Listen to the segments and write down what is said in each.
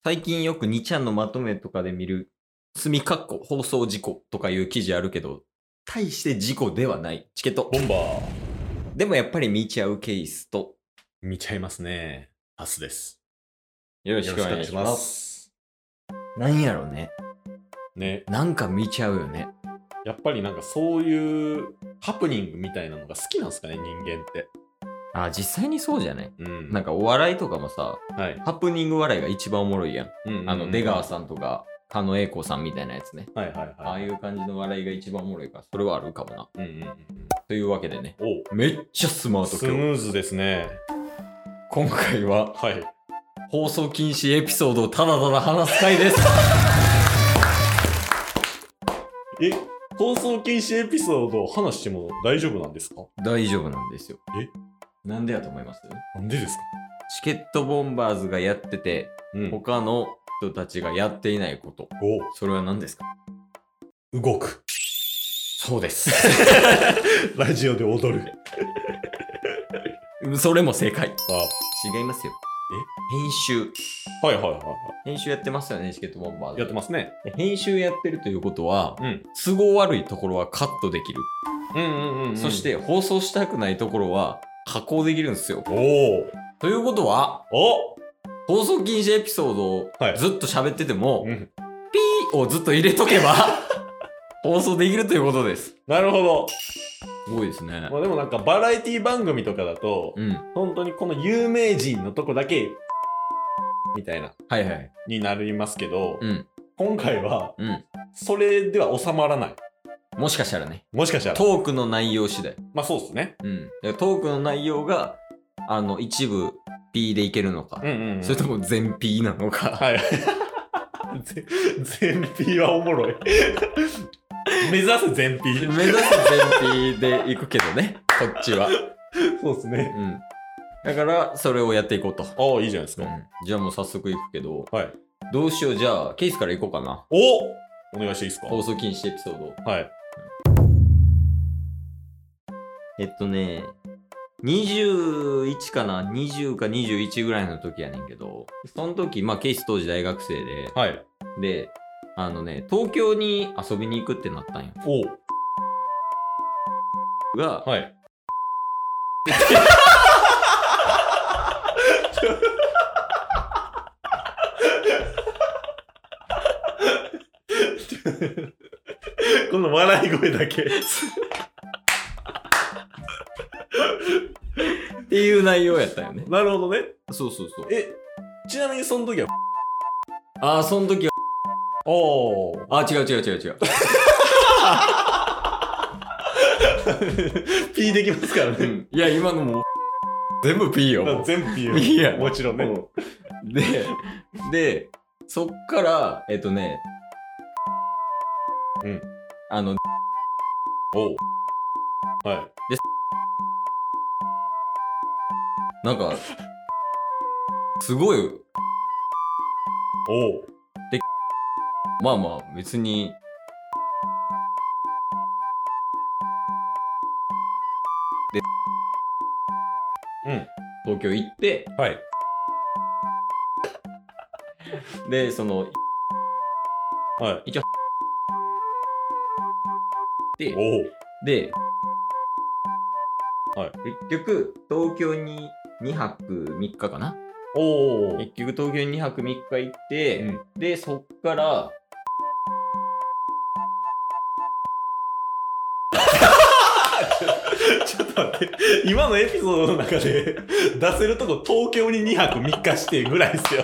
最近よく2ちゃんのまとめとかで見る、墨括弧放送事故とかいう記事あるけど、大して事故ではない。チケット。 ボンバー。 でもやっぱり見ちゃうケースと、 見ちゃいますね。パスです。 よろしくお願いします。なんやろね。 ね。 なんか見ちゃうよね。 やっぱりなんかそういうハプニングみたいなのが好きなんですかね、人間って。 あ、実際にそうじゃないうん。 なんかお笑いとかもさ、 はい。 ハプニング笑いが一番おもろいやん。出川ん。 さんとか、狩野英孝さんみたいなやつね。 はいはいはい。 ああいう感じの笑いが一番おもろいから、それはあるかもな。 うんうんうん。 というわけでね、 おめっちゃスマートス今日。 ムーズですね。 今回ははい。 放送禁止エピソードをただただ話す回です。 放送禁止エピソードを話しても大丈夫なんですか？ 大丈夫なんですよ。 えなんでやと思います？ なんでですか？ チケットボンバーズがやってて、他の人たちがやっていないこと。それは何ですか？ 動く。 そうです。 ラジオで踊る。 それも正解。 あ、 違いますよ。編集。 はいはいはいは編集やってますよね、チケットボンバーい。 ズ。 やってますね。 編集やってるということは、 うん。 都合悪いところはカットできる。 うん。 そして放送したくないところは加工できるんですよ。 おということは、 お放送禁止エピソードをはいずっと喋ってても、 うん。 ピーをずっと入れとけば放送できるということです。 なるほど。 すごいですね。 まあでもなんかバラエティ番組とかだと、本当にこの有名人のとこだけみたいなはいはい。 になりますけど、 うん。 今回はうん。 それでは収まらない。 もしかしたらね。 もしかしたら。 トークの内容次第。 まあそうですね。 うん。だからトークの内容が、一部 P でいけるのか。それとも全 P なのか。 はい。全 P はおもろい。目指す全 P。 目指す全 P でいくけどね。こっちは。 そうですね。 うん。だから、それをやっていこうと。 ああ、いいじゃないですか。 じゃあもう早速いくけど。 はい。 どうしよう。じゃあ、ケースからいこうかな。 お願いしていいですか？ 放送禁止エピソード。 はい。 21かな ?20 か21ぐらいの時やねんけど、その時、まあ、ケース当時大学生で、 はい。 で、東京に遊びに行くってなったんよ。が、 はい。この笑い声だけっていう内容やったよね。 なるほどね。 そうそうそう。 ちなみにその時はその時は、違う。 P できますからね。 いや、今のも全部 P よ。 全部 P よ。 いや、 もちろんね。 で、そっから、 はい。 で、なんか、すごい、で、まあまあ、別に、で、東京行って、 はい。 で、 はい。 一応、で、 はい。 結局、東京に2泊3日かな。結局、東京に2泊3日行って、で、そっから、 ちょっと待って、今のエピソードの中で出せるとこ東京に2泊3日してぐらいですよ。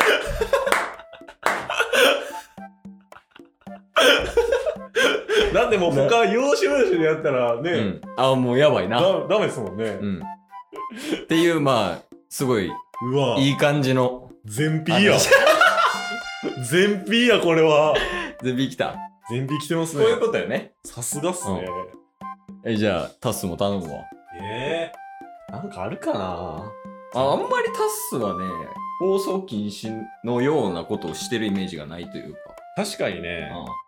だってもう他要所要所でやったらね、 もうやばいな。 ダメですもんね。 っていう、まあ、すごい、いい感じの。 全 P や。全 P や、これは。 全 P 来た。 全 P 来てますね。 こういうことよね。 さすがっすね。 じゃあ、タスも頼むわ。 なんかあるかなあんまりタスはね、放送禁止のようなことをしてるイメージがないというか。 確かにね。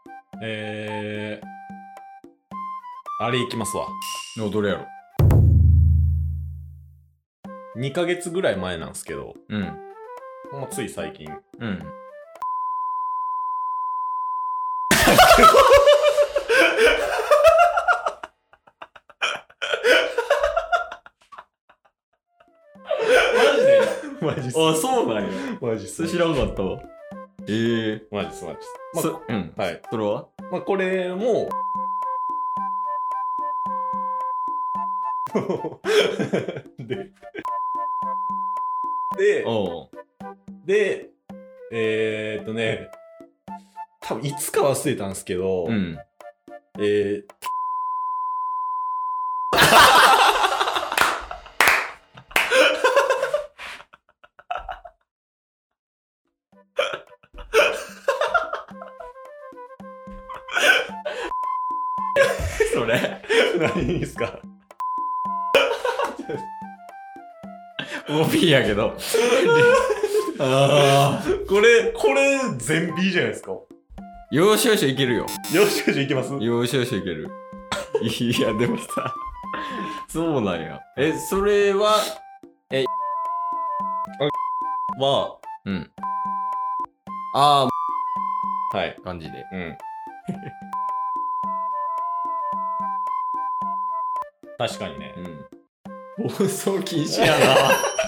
あれいきますわ。 どれやろ 2ヶ月ぐらい前なんですけど、 もうつい最近。 うん。 マジでマジっす。 あ、そうなんや。 マジっす。 知らんかったわ。 マジっす、マジっす。まあ、 うん。 はい。 それはまあ、これも、 おう。 で、多分いつか忘れたんですけど、 うん。それ何ですかオピーやけど。ああ。 これ全 B じゃないですか。 よしよしいけるよ。 よしよしいけます。 よしよしいける。いや、でもさ、そうなんや。それは、 は、 うん。あはい。 あ、感じで。 うん。確かにね。 うん。放送禁止やな。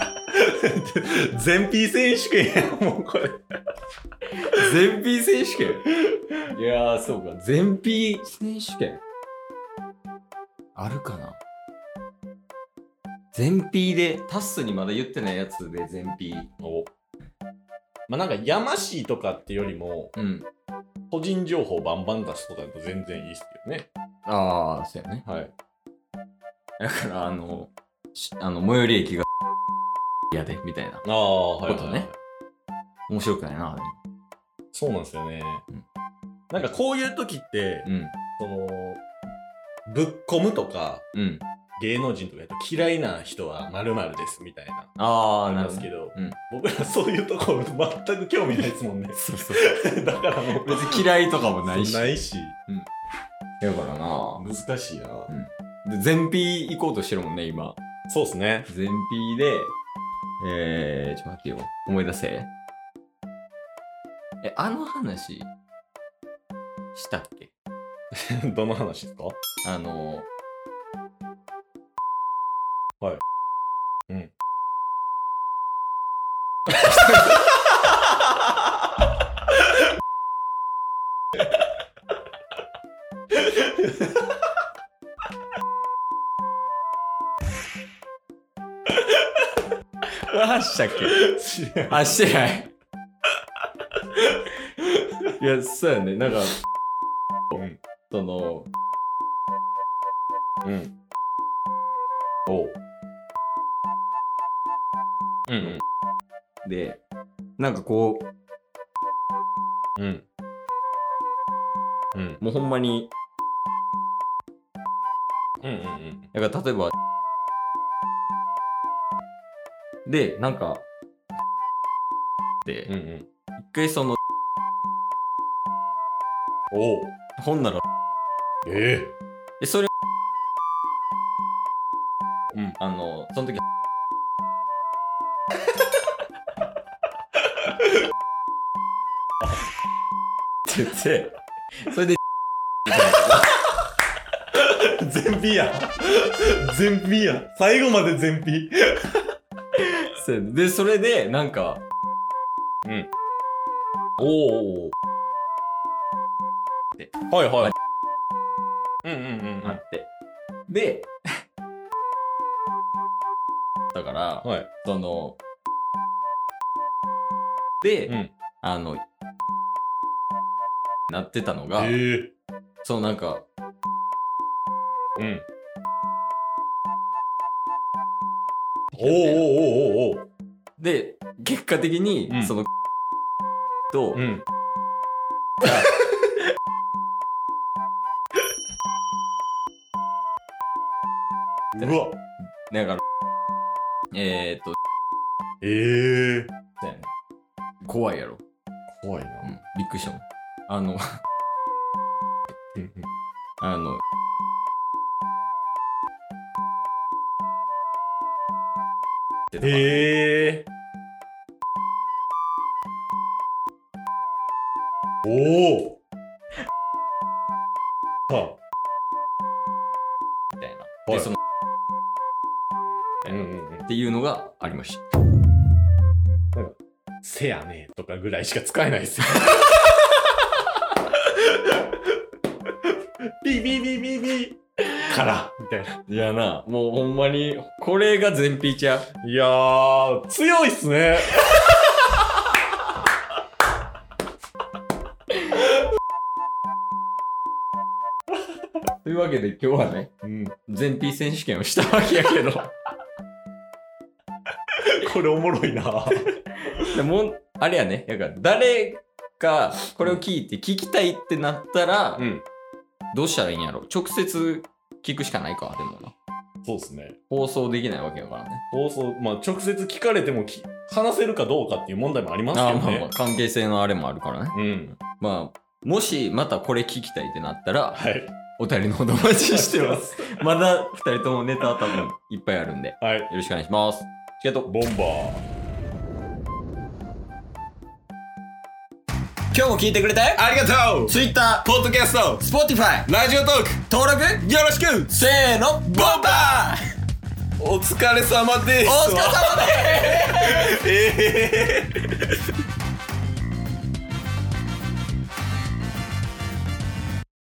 全 P 選手権やもうこれ。 全 P 選手権いやー、そうか。全 P 選手権あるかな。全 P で、タスにまだ言ってないやつで全 P。 お。まあなんかやましいとかってよりも、 うん。 個人情報バンバン出すとかだと全然いいっすけどね。 ああ、そうやね。 はい。 だから、最寄り駅がやで、みたいな。 ああ、はい、 ことね。面白くないな、でも。 そうなんですよね。 うん、 なんかこういう時って、 うん。 ぶっ込むとか、 うん。 芸能人とかやと嫌いな人は〇〇ですみたいな。 ああ、 ななんるほど。 ですけど、 うん。 僕らそういうところ全く興味ないですもんね。 そうそう。 だからもう。 別に嫌いとかもないし。 ないし。 だからな。 難しいな。 うん。で、全 P 行こうとしてるもんね、今。 そうっすね。 全 P で、ちょっと待ってよ。思い出せ。あの話、したっけ？ どの話ですか？はい。うん。 話したっけ？あ、してない。いや、そうやね。なんか、 うん。 その、 うん。おう。うんで、なんかこうん。うん。うん。 う、もうほんまに、 うんうんうん。 だから例えば、で、なんか、で、 うんうん。 一回その、 おう。 ほんなら、 ええ。 それ、 うん。 その時、って言って、それで、 全 P や。全 P や。最後まで全 P。 そうやねで、それで、なんか、 うん。 おー、 はいはい。うんうんうんうん。 あって。で、だから、 はい。 その、で、 うん。 なってたのが、 えそうなんか、 うん。おーおーおーおーおー。 で、結果的に、 うんその、と、 うん。うわ。 だから、 ええ。 そうやね。怖いやろ。 怖いな。 びっくりしたもん。あの、 うんうん。 あの、 へえ。 おお。はみたいな。 あ。 で、その、っていうのがありました。 せやねとかぐらいしか使えないですよ。ビビビビビからみたいな。 いやな、もうほんまに、これが全ピーちゃう。 いやー、強いっすね。 というわけで今日はね、全ピー選手権をしたわけやけど。 これおもろいな。 でもあれやね、だから誰かこれを聞いて聞きたいってなったら、どうしたらいいんやろ。直接聞くしかないか、でもな。 そうですね。 放送できないわけやからね。 まあ直接聞かれても話せるかどうかっていう問題もありますけどね。 関係性のあれもあるからね。まあ、もしまたこれ聞きたいってなったら、お便りのほどお待ちしてます。まだ2人ともネタ多分いっぱいあるんで、よろしくお願いします。チケットボンバー。 今日も聞いてくれてありがとう。 Twitter、 ポッドキャスト、 Spotify、 ラジオトーク登録よろしく。 せーの、ボンバー。 お疲れ様です。 お疲れ様です。